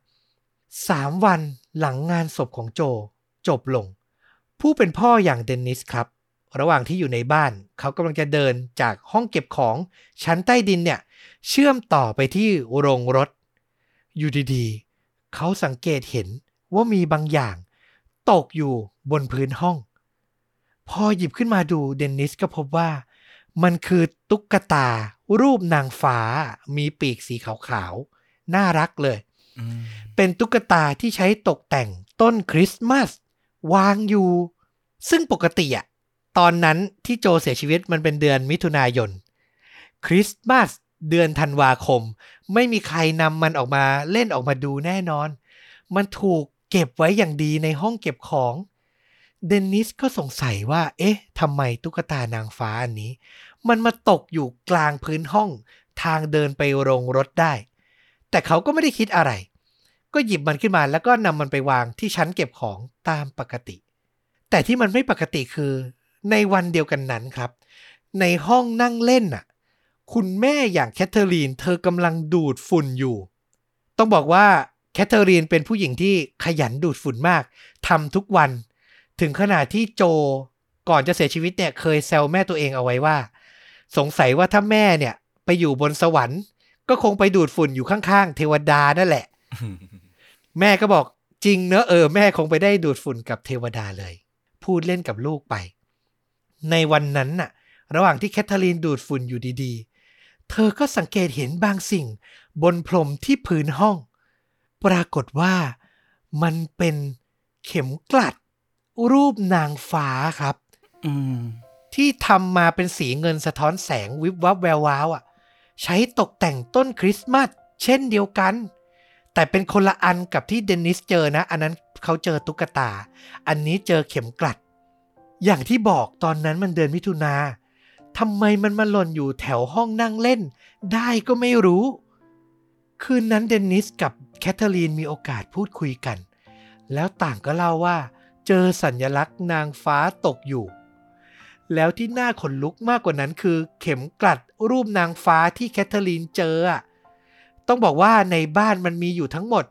3 วันหลังงานศพของโจจบลงผู้เป็นพ่ออย่างเดนนิสครับระหว่างที่อยู่ในบ้านเขากำลังจะเดินจากห้องเก็บของชั้นใต้ดินเนี่ยเชื่อมต่อไปที่โรงรถอยู่ดีๆเขาสังเกตเห็นว่ามีบางอย่างตกอยู่บนพื้นห้องพอหยิบขึ้นมาดูเดนนิสก็พบว่ามันคือตุ๊กตารูปนางฟ้ามีปีกสีขาวๆน่ารักเลยเป็นตุ๊กตาที่ใช้ตกแต่งต้นคริสต์มาสวางอยู่ซึ่งปกติอะตอนนั้นที่โจเสียชีวิตมันเป็นเดือนมิถุนายนคริสต์มาสเดือนธันวาคมไม่มีใครนำมันออกมาเล่นออกมาดูแน่นอนมันถูกเก็บไว้อย่างดีในห้องเก็บของเดนนิสก็สงสัยว่าเอ๊ะทำไมตุ๊กตานางฟ้าอันนี้มันมาตกอยู่กลางพื้นห้องทางเดินไปโรงรถได้แต่เขาก็ไม่ได้คิดอะไรก็หยิบมันขึ้นมาแล้วก็นำมันไปวางที่ชั้นเก็บของตามปกติแต่ที่มันไม่ปกติคือในวันเดียวกันนั้นครับในห้องนั่งเล่นน่ะคุณแม่อย่างแคทเธอรีนเธอกำลังดูดฝุ่นอยู่ต้องบอกว่าแคทเธอรีนเป็นผู้หญิงที่ขยันดูดฝุ่นมากทำทุกวันถึงขนาดที่โจก่อนจะเสียชีวิตเนี่ยเคยแซวแม่ตัวเองเอาไว้ว่าสงสัยว่าถ้าแม่เนี่ยไปอยู่บนสวรรค์ก็คงไปดูดฝุ่นอยู่ข้างๆเทวดานั่นแหละ แม่ก็บอกจริงเนอะแม่คงไปได้ดูดฝุ่นกับเทวดาเลยพูดเล่นกับลูกไปในวันนั้นน่ะระหว่างที่แคทเธอรีนดูดฝุ่นอยู่ดีเธอก็สังเกตเห็นบางสิ่งบนพรมที่พื้นห้องปรากฏว่ามันเป็นเข็มกลัดรูปนางฟ้าครับที่ทำมาเป็นสีเงินสะท้อนแสงวิบวับแวววาวใช้ตกแต่งต้นคริสต์มาสเช่นเดียวกันแต่เป็นคนละอันกับที่เดนิสเจอนะอันนั้นเขาเจอตุ๊กตาอันนี้เจอเข็มกลัดอย่างที่บอกตอนนั้นมันเดือนมิถุนาทำไมมันมาหล่นอยู่แถวห้องนั่งเล่นได้ก็ไม่รู้คืนนั้นเดนิสกับแคทเธอรีนมีโอกาสพูดคุยกันแล้วต่างก็เล่าว่าเจอสัญลักษณ์นางฟ้าตกอยู่แล้วที่น่าขนลุกมากกว่านั้นคือเข็มกลัดรูปนางฟ้าที่แคทเธอรีนเจอต้องบอกว่าในบ้านมันมีอยู่ทั้งหมด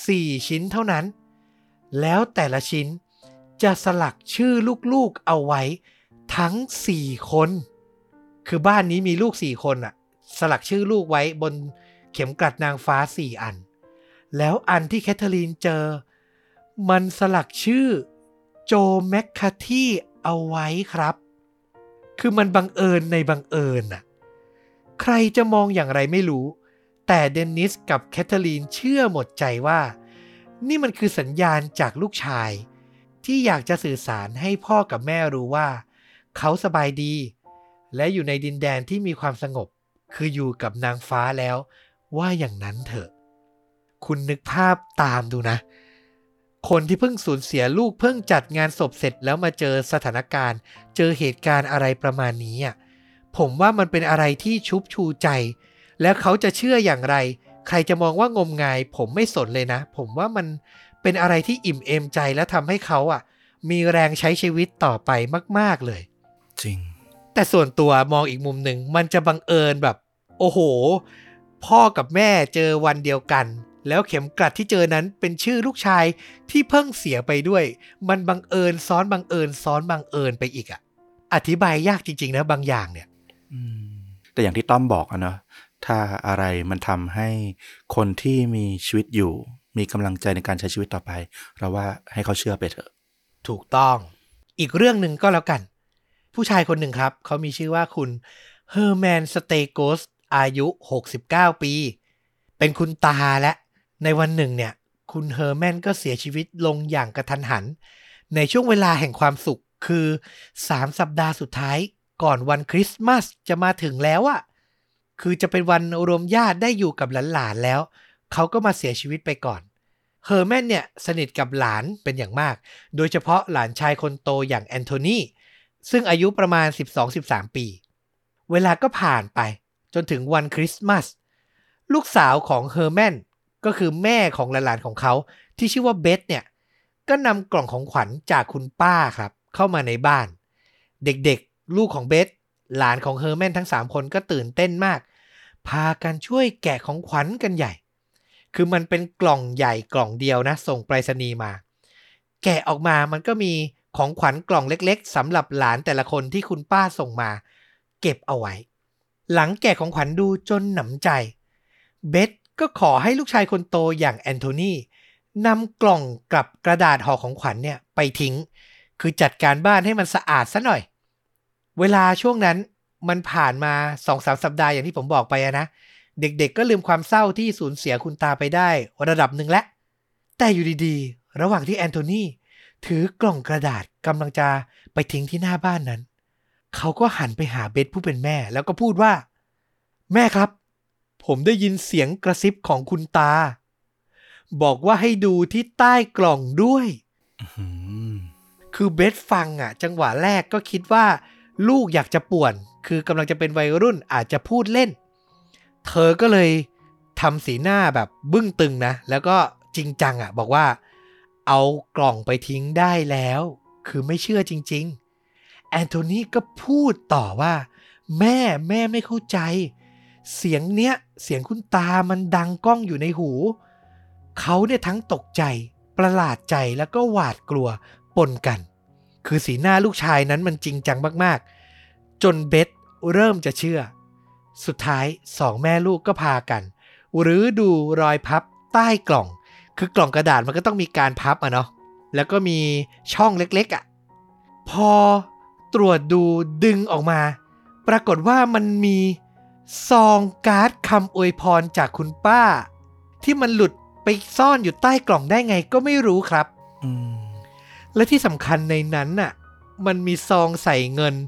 4ชิ้นเท่านั้นแล้วแต่ละชิ้นจะสลักชื่อลูกๆเอาไว้ทั้ง4คนคือบ้านนี้มีลูก4คนสลักชื่อลูกไว้บนเข็มกลัดนางฟ้า4อันแล้วอันที่แคทเธอรีนเจอมันสลักชื่อโจแมคคาธีเอาไว้ครับคือมันบังเอิญในบังเอิญใครจะมองอย่างไรไม่รู้แต่เดนนิสกับแคทเธอรีนเชื่อหมดใจว่านี่มันคือสัญญาณจากลูกชายที่อยากจะสื่อสารให้พ่อกับแม่รู้ว่าเขาสบายดีและอยู่ในดินแดนที่มีความสงบคืออยู่กับนางฟ้าแล้วว่าอย่างนั้นเถอะคุณนึกภาพตามดูนะคนที่เพิ่งสูญเสียลูกเพิ่งจัดงานศพเสร็จแล้วมาเจอสถานการณ์เจอเหตุการณ์อะไรประมาณนี้ผมว่ามันเป็นอะไรที่ชุบชูใจแล้วเขาจะเชื่ออย่างไรใครจะมองว่างมงายผมไม่สนเลยนะผมว่ามันเป็นอะไรที่อิ่มเอมใจและทำให้เขามีแรงใช้ชีวิตต่อไปมากๆเลยจริงแต่ส่วนตัวมองอีกมุมหนึ่งมันจะบังเอิญแบบโอ้โหพ่อกับแม่เจอวันเดียวกันแล้วเข็มกลัดที่เจอนั้นเป็นชื่อลูกชายที่เพิ่งเสียไปด้วยมันบังเอิญซ้อนบังเอิญซ้อนบังเอิญไปอีกอธิบายยากจริงๆนะบางอย่างเนี่ยแต่อย่างที่ต้อมบอกเนาะถ้าอะไรมันทำให้คนที่มีชีวิตอยู่มีกำลังใจในการใช้ชีวิตต่อไปเราว่าให้เขาเชื่อไปเถอะถูกต้องอีกเรื่องหนึ่งก็แล้วกันผู้ชายคนหนึ่งครับเขามีชื่อว่าคุณเฮอร์แมนสเตโกสอายุ69ปีเป็นคุณตาและในวันหนึ่งเนี่ยคุณเฮอร์แมนก็เสียชีวิตลงอย่างกระทันหันในช่วงเวลาแห่งความสุขคือ3 สัปดาห์สุดท้ายก่อนวันคริสต์มาสจะมาถึงแล้วคือจะเป็นวันรวมญาติได้อยู่กับหลานๆแล้วเขาก็มาเสียชีวิตไปก่อนเฮอร์แมนเนี่ยสนิทกับหลานเป็นอย่างมากโดยเฉพาะหลานชายคนโตอย่างแอนโทนีซึ่งอายุประมาณ 12-13 ปีเวลาก็ผ่านไปจนถึงวันคริสต์มาสลูกสาวของเฮอร์แมนก็คือแม่ของหลานๆของเขาที่ชื่อว่าเบธเนี่ยก็นำกล่องของขวัญจากคุณป้าครับเข้ามาในบ้านเด็กๆลูกของเบธหลานของเฮอร์แมนทั้ง3คนก็ตื่นเต้นมากพากันช่วยแกะของขวัญกันใหญ่คือมันเป็นกล่องใหญ่กล่องเดียวนะส่งไปรษณีย์มาแกะออกมามันก็มีของขวัญกล่องเล็กๆสำหรับหลานแต่ละคนที่คุณป้าส่งมาเก็บเอาไว้หลังแกะของขวัญดูจนหนำใจเบธก็ขอให้ลูกชายคนโตอย่างแอนโทนีนำกล่องกับกระดาษห่อของขวัญเนี่ยไปทิ้งคือจัดการบ้านให้มันสะอาดซะหน่อยเวลาช่วงนั้นมันผ่านมา 2-3 สัปดาห์อย่างที่ผมบอกไปนะเด็กๆก็ลืมความเศร้าที่สูญเสียคุณตาไปได้ระดับหนึ่งแล้วแต่อยู่ดีๆระหว่างที่แอนโทนีถือกล่องกระดาษกำลังจะไปทิ้งที่หน้าบ้านนั้นเขาก็หันไปหาเบธผู้เป็นแม่แล้วก็พูดว่าแม่ครับผมได้ยินเสียงกระซิบของคุณตาบอกว่าให้ดูที่ใต้กล่องด้วยคือเบธฟังจังหวะแรกก็คิดว่าลูกอยากจะป่วนคือกำลังจะเป็นวัยรุ่นอาจจะพูดเล่นเธอก็เลยทำสีหน้าแบบบึ้งตึงนะแล้วก็จริงจังบอกว่าเอากล่องไปทิ้งได้แล้วคือไม่เชื่อจริงๆแอนโทนีก็พูดต่อว่าแม่ไม่เข้าใจเสียงเนี้ยเสียงคุณตามันดังก้องอยู่ในหูเขาเนี่ยทั้งตกใจประหลาดใจแล้วก็หวาดกลัวปนกันคือสีหน้าลูกชายนั้นมันจริงจังมากๆจนเบธเริ่มจะเชื่อสุดท้าย2 แม่ลูกก็พากันหรือดูรอยพับใต้กล่องคือกล่องกระดาษมันก็ต้องมีการพับเนาะแล้วก็มีช่องเล็กๆพอตรวจดูดึงออกมาปรากฏว่ามันมีซองการ์ดคำอวยพรจากคุณป้าที่มันหลุดไปซ่อนอยู่ใต้กล่องได้ไงก็ไม่รู้ครับและที่สำคัญในนั้นน่ะมันมีซองใส่เงิน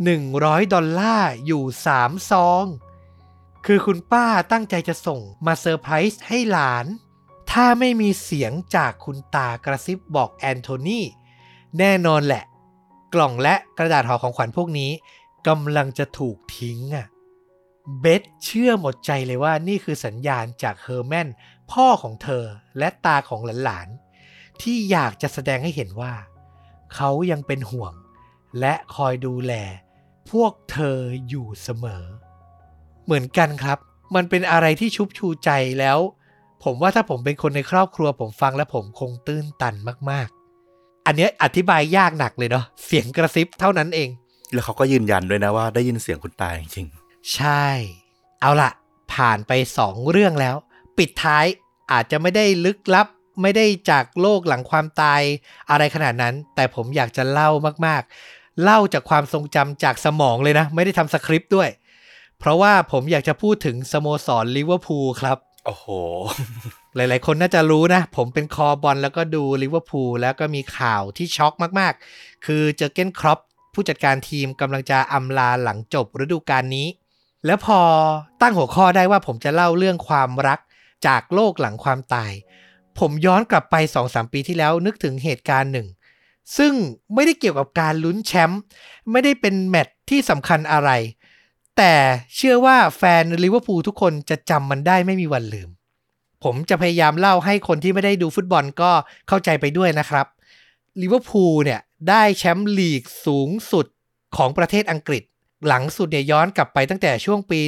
$100อยู่3ซองคือคุณป้าตั้งใจจะส่งมาเซอร์ไพรส์ให้หลานถ้าไม่มีเสียงจากคุณตากระซิบบอกแอนโทนีแน่นอนแหละกล่องและกระดาษห่อของขวัญพวกนี้กำลังจะถูกทิ้งเบธเชื่อหมดใจเลยว่านี่คือสัญญาณจากเฮอร์แมนพ่อของเธอและตาของหลานๆที่อยากจะแสดงให้เห็นว่าเขายังเป็นห่วงและคอยดูแลพวกเธออยู่เสมอเหมือนกันครับมันเป็นอะไรที่ชุบชูใจแล้วผมว่าถ้าผมเป็นคนในครอบครัวผมฟังแล้วผมคงตื้นตันมากๆอันนี้อธิบายยากหนักเลยเนาะเสียงกระซิบเท่านั้นเองแล้วเขาก็ยืนยันด้วยนะว่าได้ยินเสียงคุณตาจริงๆใช่เอาล่ะผ่านไป2เรื่องแล้วปิดท้ายอาจจะไม่ได้ลึกลับไม่ได้จากโลกหลังความตายอะไรขนาดนั้นแต่ผมอยากจะเล่ามากๆเล่าจากความทรงจำจากสมองเลยนะไม่ได้ทำสคริปต์ด้วยเพราะว่าผมอยากจะพูดถึงสโมสรลิเวอร์พูลครับโอ้โหหลายๆคนน่าจะรู้นะผมเป็นคอบอลแล้วก็ดูลิเวอร์พูลแล้วก็มีข่าวที่ช็อกมากๆคือเจอร์เก้นคล็อปผู้จัดการทีมกำลังจะอำลาหลังจบฤดูกาลนี้แล้วพอตั้งหัวข้อได้ว่าผมจะเล่าเรื่องความรักจากโลกหลังความตายผมย้อนกลับไป 2-3 ปีที่แล้วนึกถึงเหตุการณ์หนึ่งซึ่งไม่ได้เกี่ยวกับการลุ้นแชมป์ไม่ได้เป็นแมตช์ที่สำคัญอะไรแต่เชื่อว่าแฟนลิเวอร์พูลทุกคนจะจำมันได้ไม่มีวันลืมผมจะพยายามเล่าให้คนที่ไม่ได้ดูฟุตบอลก็เข้าใจไปด้วยนะครับลิเวอร์พูลเนี่ยได้แชมป์ลีกสูงสุดของประเทศอังกฤษหลังสุดเนี่ยย้อนกลับไปตั้งแต่ช่วงปี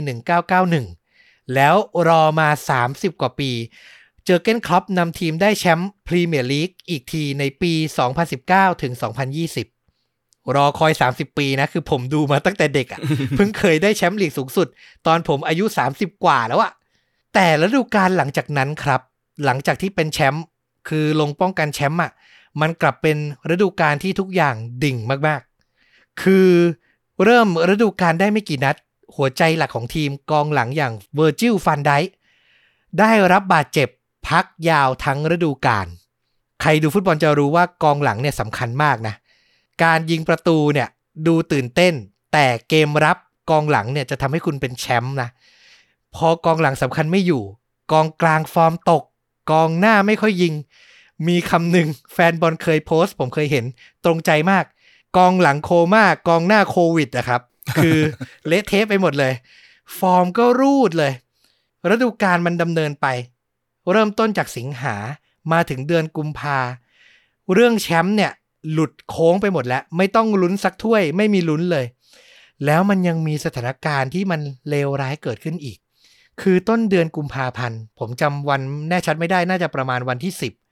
1991แล้วรอมา30กว่าปีเจอร์เก้นคล็อปนำทีมได้แชมป์พรีเมียร์ลีกอีกทีในปี2019ถึง2020รอคอย30ปีนะคือผมดูมาตั้งแต่เด็กเพิ่งเคยได้แชมป์ลีกสูงสุดตอนผมอายุ30กว่าแล้วแต่ฤดูกาลหลังจากนั้นครับหลังจากที่เป็นแชมป์คือลงป้องกันแชมป์มันกลับเป็นฤดูกาลที่ทุกอย่างดิ่งมากๆคือเริ่มฤดูกาลได้ไม่กี่นัดหัวใจหลักของทีมกองหลังอย่างเวอร์จิลฟันไดค์ได้รับบาดเจ็บพักยาวทั้งฤดูกาลใครดูฟุตบอลจะรู้ว่ากองหลังเนี่ยสำคัญมากนะการยิงประตูเนี่ยดูตื่นเต้นแต่เกมรับกองหลังเนี่ยจะทำให้คุณเป็นแชมป์นะพอกองหลังสำคัญไม่อยู่กองกลางฟอร์มตกกองหน้าไม่ค่อยยิงมีคำหนึ่งแฟนบอลเคยโพสต์ผมเคยเห็นตรงใจมากกองหลังโคม่ากองหน้าโควิดนะครับ คือเละเทะไปหมดเลยฟอร์มก็รูดเลยฤดูกาลมันดำเนินไปเริ่มต้นจากสิงหามาถึงเดือนกุมภาเรื่องแชมป์เนี่ยหลุดโค้งไปหมดแล้วไม่ต้องลุ้นสักถ้วยไม่มีลุ้นเลยแล้วมันยังมีสถานการณ์ที่มันเลวร้ายเกิดขึ้นอีกคือต้นเดือนกุมภาพันธ์ผมจำวันแน่ชัดไม่ได้น่าจะประมาณวันที่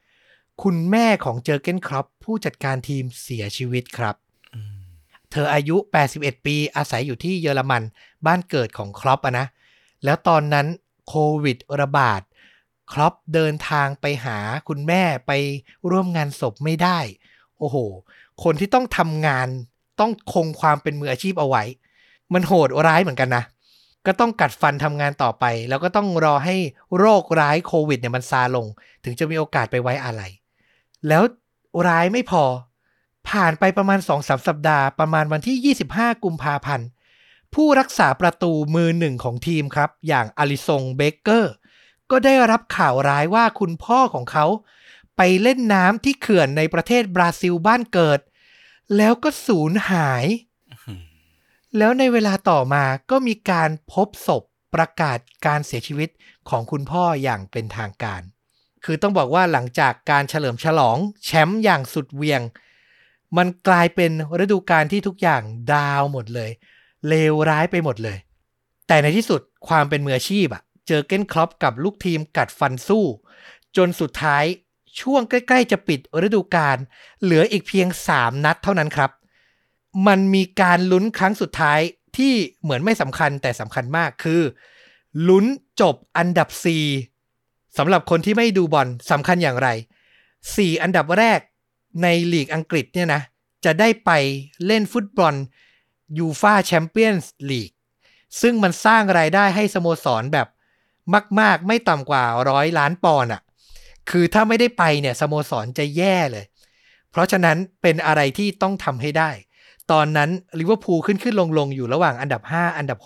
10คุณแม่ของเจอร์เก้นคล็อปผู้จัดการทีมเสียชีวิตครับเธออายุ81ปีอาศัยอยู่ที่เยอรมันบ้านเกิดของคล็อปนะแล้วตอนนั้นโควิดระบาดคล็อปเดินทางไปหาคุณแม่ไปร่วมงานศพไม่ได้โอ้โหคนที่ต้องทำงานต้องคงความเป็นมืออาชีพเอาไว้มันโหดร้ายเหมือนกันนะก็ต้องกัดฟันทำงานต่อไปแล้วก็ต้องรอให้โรคร้ายโควิดเนี่ยมันซาลงถึงจะมีโอกาสไปไว้อาลัยแล้วร้ายไม่พอผ่านไปประมาณ 2-3 สัปดาห์ประมาณวันที่25กุมภาพันธ์ผู้รักษาประตูมือหนึ่งของทีมครับอย่างอลิซงเบเกอร์ก็ได้รับข่าวร้ายว่าคุณพ่อของเขาไปเล่นน้ำที่เขื่อนในประเทศบราซิลบ้านเกิดแล้วก็สูญหายแล้วในเวลาต่อมาก็มีการพบศพประกาศการเสียชีวิตของคุณพ่ออย่างเป็นทางการคือต้องบอกว่าหลังจากการเฉลิมฉลองแชมป์อย่างสุดเวียงมันกลายเป็นฤดูกาลที่ทุกอย่างดาวหมดเลยเลวร้ายไปหมดเลยแต่ในที่สุดความเป็นมืออาชีพเจอร์เก้นคล็อปกับลูกทีมกัดฟันสู้จนสุดท้ายช่วงใกล้ๆจะปิดฤดูกาลเหลืออีกเพียง3นัดเท่านั้นครับมันมีการลุ้นครั้งสุดท้ายที่เหมือนไม่สำคัญแต่สำคัญมากคือลุ้นจบอันดับ4สำหรับคนที่ไม่ดูบอลสำคัญอย่างไร4อันดับแรกในลีกอังกฤษเนี่ยนะจะได้ไปเล่นฟุตบอลยูฟ่าแชมเปี้ยนส์ลีกซึ่งมันสร้างรายได้ให้สโมสรแบบมากๆไม่ต่ำกว่า100 ล้านปอนด์อ่ะคือถ้าไม่ได้ไปเนี่ยสโมสรจะแย่เลยเพราะฉะนั้นเป็นอะไรที่ต้องทำให้ได้ตอนนั้นลิเวอร์พูลขึ้นลงอยู่ระหว่างอันดับ5อันดับ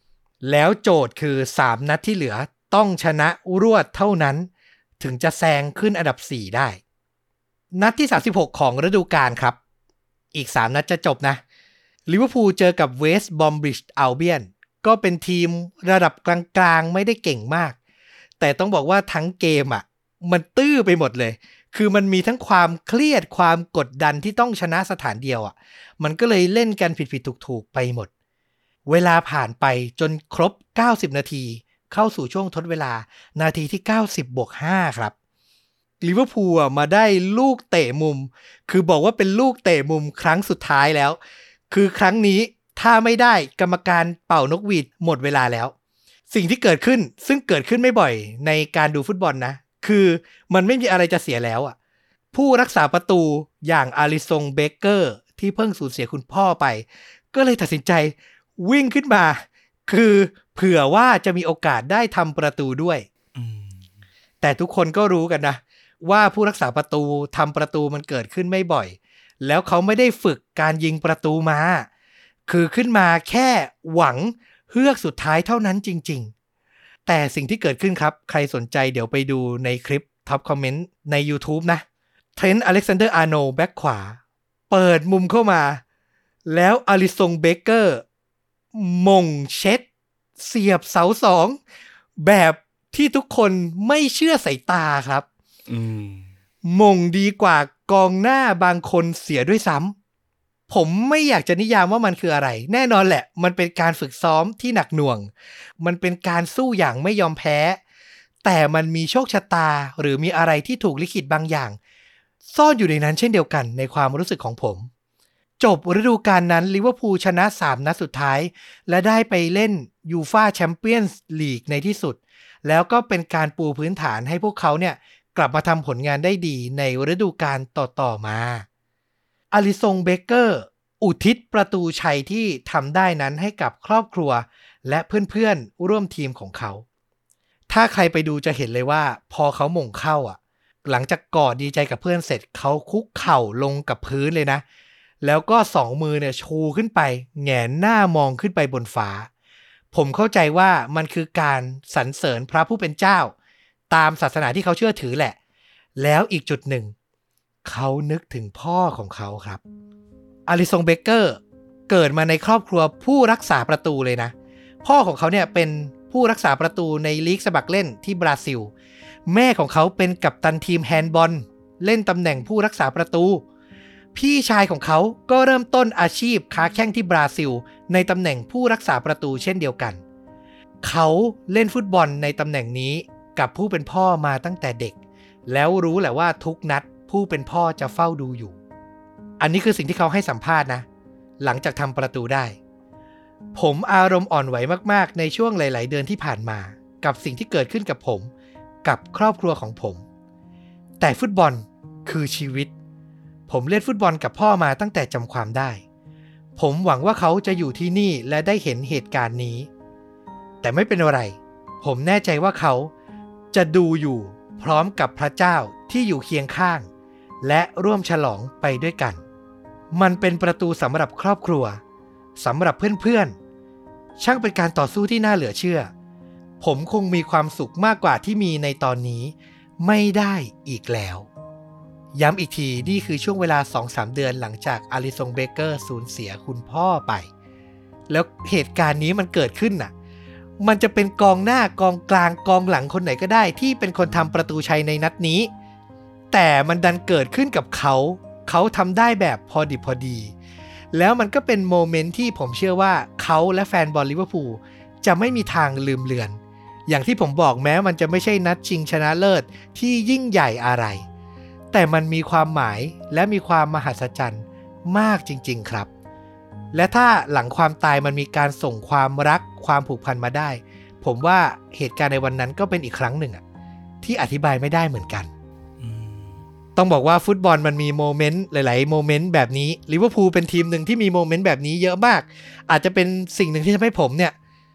6แล้วโจทย์คือ3นัดที่เหลือต้องชนะรวดเท่านั้นถึงจะแซงขึ้นอันดับ4ได้นัดที่36ของฤดูกาลครับอีก3นัดจะจบนะลิเวอร์พูลเจอกับเวสต์บอมบริดจ์อัลเบียนก็เป็นทีมระดับกลางๆไม่ได้เก่งมากแต่ต้องบอกว่าทั้งเกมอ่ะมันตื้อไปหมดเลยคือมันมีทั้งความเครียดความกดดันที่ต้องชนะสถานเดียวอ่ะมันก็เลยเล่นกันผิดๆถูกๆไปหมดเวลาผ่านไปจนครบ90นาทีเข้าสู่ช่วงทดเวลานาทีที่90+5ครับลิเวอร์พูลมาได้ลูกเตะมุมคือบอกว่าเป็นลูกเตะมุมครั้งสุดท้ายแล้วคือครั้งนี้ถ้าไม่ได้กรรมการเป่านกหวีดหมดเวลาแล้วสิ่งที่เกิดขึ้นซึ่งเกิดขึ้นไม่บ่อยในการดูฟุตบอลนะคือมันไม่มีอะไรจะเสียแล้วอ่ะผู้รักษาประตูอย่างอาริซงเบเกอร์ที่เพิ่งสูญเสียคุณพ่อไปก็เลยตัดสินใจวิ่งขึ้นมาคือเผื่อว่าจะมีโอกาสได้ทำประตูด้วยแต่ทุกคนก็รู้กันนะว่าผู้รักษาประตูทำประตูมันเกิดขึ้นไม่บ่อยแล้วเขาไม่ได้ฝึกการยิงประตูมาคือขึ้นมาแค่หวังเฮือกสุดท้ายเท่านั้นจริงๆแต่สิ่งที่เกิดขึ้นครับใครสนใจเดี๋ยวไปดูในคลิปท็อปคอมเมนต์ใน YouTube นะเทรนต์อเล็กซานเดอร์อาร์โนแบ็คขวาเปิดมุมเข้ามาแล้วอาริซงเบเกอร์มงเช็ดเสียบเสาสองแบบที่ทุกคนไม่เชื่อสายตาครับมงดีกว่ากองหน้าบางคนเสียด้วยซ้ำผมไม่อยากจะนิยามว่ามันคืออะไรแน่นอนแหละมันเป็นการฝึกซ้อมที่หนักหน่วงมันเป็นการสู้อย่างไม่ยอมแพ้แต่มันมีโชคชะตาหรือมีอะไรที่ถูกลิขิตบางอย่างซ่อนอยู่ในนั้นเช่นเดียวกันในความรู้สึกของผมจบฤดูกาลนั้นลิเวอร์พูลชนะ3นัดสุดท้ายและได้ไปเล่นยูฟ่าแชมเปี้ยนส์ลีกในที่สุดแล้วก็เป็นการปูพื้นฐานให้พวกเขาเนี่ยกลับมาทำผลงานได้ดีในฤดูกาลต่อๆมาอาริซงเบเกอร์อุทิศประตูชัยที่ทำได้นั้นให้กับครอบครัวและเพื่อนๆร่วมทีมของเขาถ้าใครไปดูจะเห็นเลยว่าพอเขาหม่งเข้าหลังจากกอดดีใจกับเพื่อนเสร็จเขาคุกเข่าลงกับพื้นเลยนะแล้วก็2 มือเนี่ยชูขึ้นไปแหงนหน้ามองขึ้นไปบนฟ้าผมเข้าใจว่ามันคือการสรรเสริญพระผู้เป็นเจ้าตามศาสนาที่เขาเชื่อถือแหละแล้วอีกจุดหนึ่งเขานึกถึงพ่อของเขาครับอาริซงเบเกอร์เกิดมาในครอบครัวผู้รักษาประตูเลยนะพ่อของเขาเนี่ยเป็นผู้รักษาประตูในลีกสมัครเล่นที่บราซิลแม่ของเขาเป็นกัปตันทีมแฮนด์บอลเล่นตำแหน่งผู้รักษาประตูพี่ชายของเขาก็เริ่มต้นอาชีพค้าแข้งที่บราซิลในตำแหน่งผู้รักษาประตูเช่นเดียวกันเขาเล่นฟุตบอลในตำแหน่งนี้กับผู้เป็นพ่อมาตั้งแต่เด็กแล้วรู้แหละว่าทุกนัดผู้เป็นพ่อจะเฝ้าดูอยู่อันนี้คือสิ่งที่เขาให้สัมภาษณ์นะหลังจากทำประตูได้ผมอารมณ์อ่อนไหวมากๆในช่วงหลายๆเดือนที่ผ่านมากับสิ่งที่เกิดขึ้นกับผมกับครอบครัวของผมแต่ฟุตบอลคือชีวิตผมเล่นฟุตบอลกับพ่อมาตั้งแต่จำความได้ผมหวังว่าเขาจะอยู่ที่นี่และได้เห็นเหตุการณ์นี้แต่ไม่เป็นไรผมแน่ใจว่าเขาจะดูอยู่พร้อมกับพระเจ้าที่อยู่เคียงข้างและร่วมฉลองไปด้วยกันมันเป็นประตูสำหรับครอบครัวสำหรับเพื่อนๆช่างเป็นการต่อสู้ที่น่าเหลือเชื่อผมคงมีความสุขมากกว่าที่มีในตอนนี้ไม่ได้อีกแล้วย้ำอีกทีนี่คือช่วงเวลา 2-3 เดือนหลังจากอาริซงเบเกอร์สูญเสียคุณพ่อไปแล้วเหตุการณ์นี้มันเกิดขึ้นน่ะมันจะเป็นกองหน้ากองกลางกองหลังคนไหนก็ได้ที่เป็นคนทำประตูชัยในนัดนี้แต่มันดันเกิดขึ้นกับเขาทำได้แบบพอดิบพอดีแล้วมันก็เป็นโมเมนต์ที่ผมเชื่อว่าเขาและแฟนบอลลิเวอร์พูลจะไม่มีทางลืมเลือนอย่างที่ผมบอกแม้มันจะไม่ใช่นัดชิงชนะเลิศที่ยิ่งใหญ่อะไรแต่มันมีความหมายและมีความมหัศจรรย์มากจริงๆครับและถ้าหลังความตายมันมีการส่งความรักความผูกพันมาได้ผมว่าเหตุการณ์ในวันนั้นก็เป็นอีกครั้งหนึ่งที่อธิบายไม่ได้เหมือนกันต้องบอกว่าฟุตบอลมันมีโมเมนต์หลายๆโมเมนต์แบบนี้ลิเวอร์พูลเป็นทีมหนึ่งที่มีโมเมนต์แบบนี้เยอะมากอาจจะเป็นสิ่งหนึ่งที่ทำให้ผมเนี่ย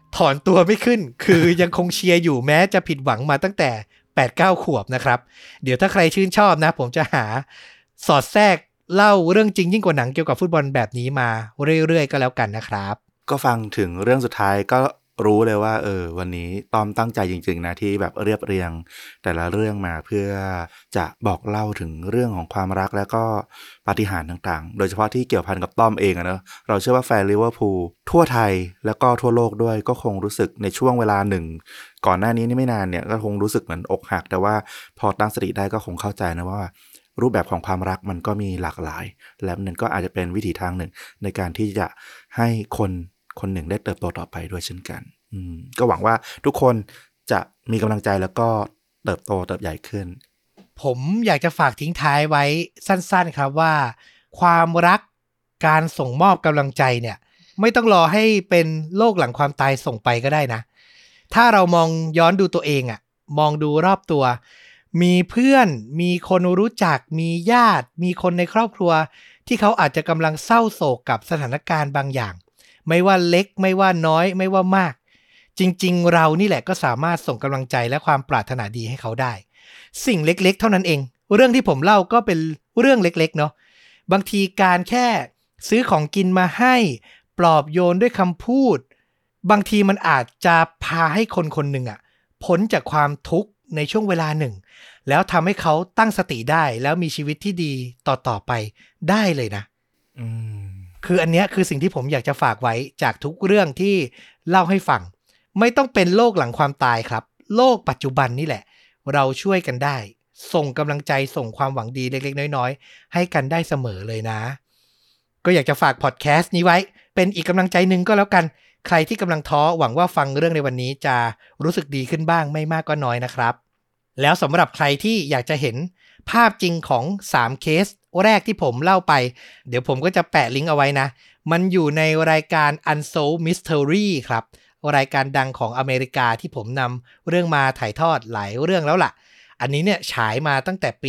ถอนตัวไม่ขึ้น คือยังคงเชียร์อยู่แม้จะผิดหวังมาตั้งแต่ 8-9 ขวบนะครับเดี๋ยวถ้าใครชื่นชอบนะผมจะหาสอดแทรกเล่าเรื่องจริงยิ่งกว่าหนังเกี่ยวกับฟุตบอลแบบนี้มาเรื่อยๆก็แล้วกันนะครับก็ฟังถึงเรื่องสุดท้ายก็รู้เลยว่าวันนี้ต้อมตั้งใจจริงๆนะที่แบบเรียบเรียงแต่ละเรื่องมาเพื่อจะบอกเล่าถึงเรื่องของความรักและก็ปาฏิหาริย์ต่างๆโดยเฉพาะที่เกี่ยวพันกับต้อมเองอะเนอะเราเชื่อว่าแฟนลิเวอร์พูลทั่วไทยแล้วก็ทั่วโลกด้วยก็คงรู้สึกในช่วงเวลาหนึ่งก่อนหน้านี้นี่ไม่นานเนี่ยก็คงรู้สึกเหมือนอกหักแต่ว่าพอตั้งสติได้ก็คงเข้าใจนะว่ารูปแบบของความรักมันก็มีหลากหลายและมันก็อาจจะเป็นวิถีทางหนึ่งในการที่จะให้คนหนึ่งได้เติบโตต่อไปด้วยเช่นกันก็หวังว่าทุกคนจะมีกำลังใจแล้วก็เติบใหญ่ขึ้นผมอยากจะฝากทิ้งท้ายไว้สั้นๆครับว่าความรักการส่งมอบกำลังใจเนี่ยไม่ต้องรอให้เป็นโลกหลังความตายส่งไปก็ได้นะถ้าเรามองย้อนดูตัวเองอะมองดูรอบตัวมีเพื่อนมีคนรู้จักมีญาติมีคนในครอบครัวที่เขาอาจจะกำลังเศร้าโศกกับสถานการณ์บางอย่างไม่ว่าเล็กไม่ว่าน้อยไม่ว่ามากจริงๆเรานี่แหละก็สามารถส่งกำลังใจและความปรารถนาดีให้เขาได้สิ่งเล็กๆเท่านั้นเองเรื่องที่ผมเล่าก็เป็นเรื่องเล็กๆเนาะบางทีการแค่ซื้อของกินมาให้ปลอบโยนด้วยคำพูดบางทีมันอาจจะพาให้คนคนหนึ่งอ่ะพ้นจากความทุกข์ในช่วงเวลาหนึ่งแล้วทำให้เขาตั้งสติได้แล้วมีชีวิตที่ดีต่อไปได้เลยนะคืออันเนี้ยคือสิ่งที่ผมอยากจะฝากไว้จากทุกเรื่องที่เล่าให้ฟังไม่ต้องเป็นโลกหลังความตายครับโลกปัจจุบันนี่แหละเราช่วยกันได้ส่งกำลังใจส่งความหวังดีเล็กๆน้อยๆให้กันได้เสมอเลยนะก็อยากจะฝากพอดแคสต์นี้ไว้เป็นอีกกำลังใจหนึ่งก็แล้วกันใครที่กำลังท้อหวังว่าฟังเรื่องในวันนี้จะรู้สึกดีขึ้นบ้างไม่มากก็น้อยนะครับแล้วสำหรับใครที่อยากจะเห็นภาพจริงของ3เคสแรกที่ผมเล่าไปเดี๋ยวผมก็จะแปะลิงก์เอาไว้นะมันอยู่ในรายการ Unsolved Mystery ครับรายการดังของอเมริกาที่ผมนำเรื่องมาถ่ายทอดหลายเรื่องแล้วล่ะอันนี้เนี่ยฉายมาตั้งแต่ปี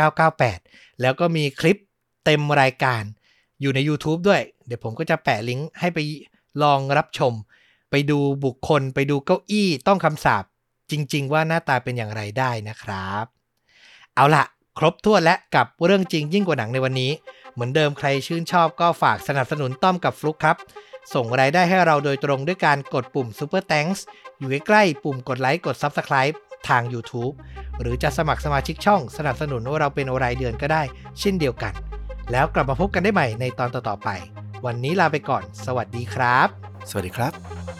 1998 แล้วก็มีคลิปเต็มรายการอยู่ใน YouTube ด้วยเดี๋ยวผมก็จะแปะลิงก์ให้ไปลองรับชมไปดูบุคคลไปดูเก้าอี้ต้องคำสาปจริงๆว่าหน้าตาเป็นอย่างไรได้นะครับเอาล่ะครบถ้วนและกับเรื่องจริงยิ่งกว่าหนังในวันนี้เหมือนเดิมใครชื่นชอบก็ฝากสนับสนุนต้อมกับฟลุ๊กครับส่งรายได้ให้เราโดยตรงด้วยการกดปุ่ม Super Thanks อยู่ใกล้ๆปุ่มกดไลค์กด Subscribe ทาง YouTube หรือจะสมัครสมาชิกช่องสนับสนุนเราเป็นรายเดือนก็ได้เช่นเดียวกันแล้วกลับมาพบกันได้ใหม่ในตอนต่อๆไปวันนี้ลาไปก่อนสวัสดีครับสวัสดีครับ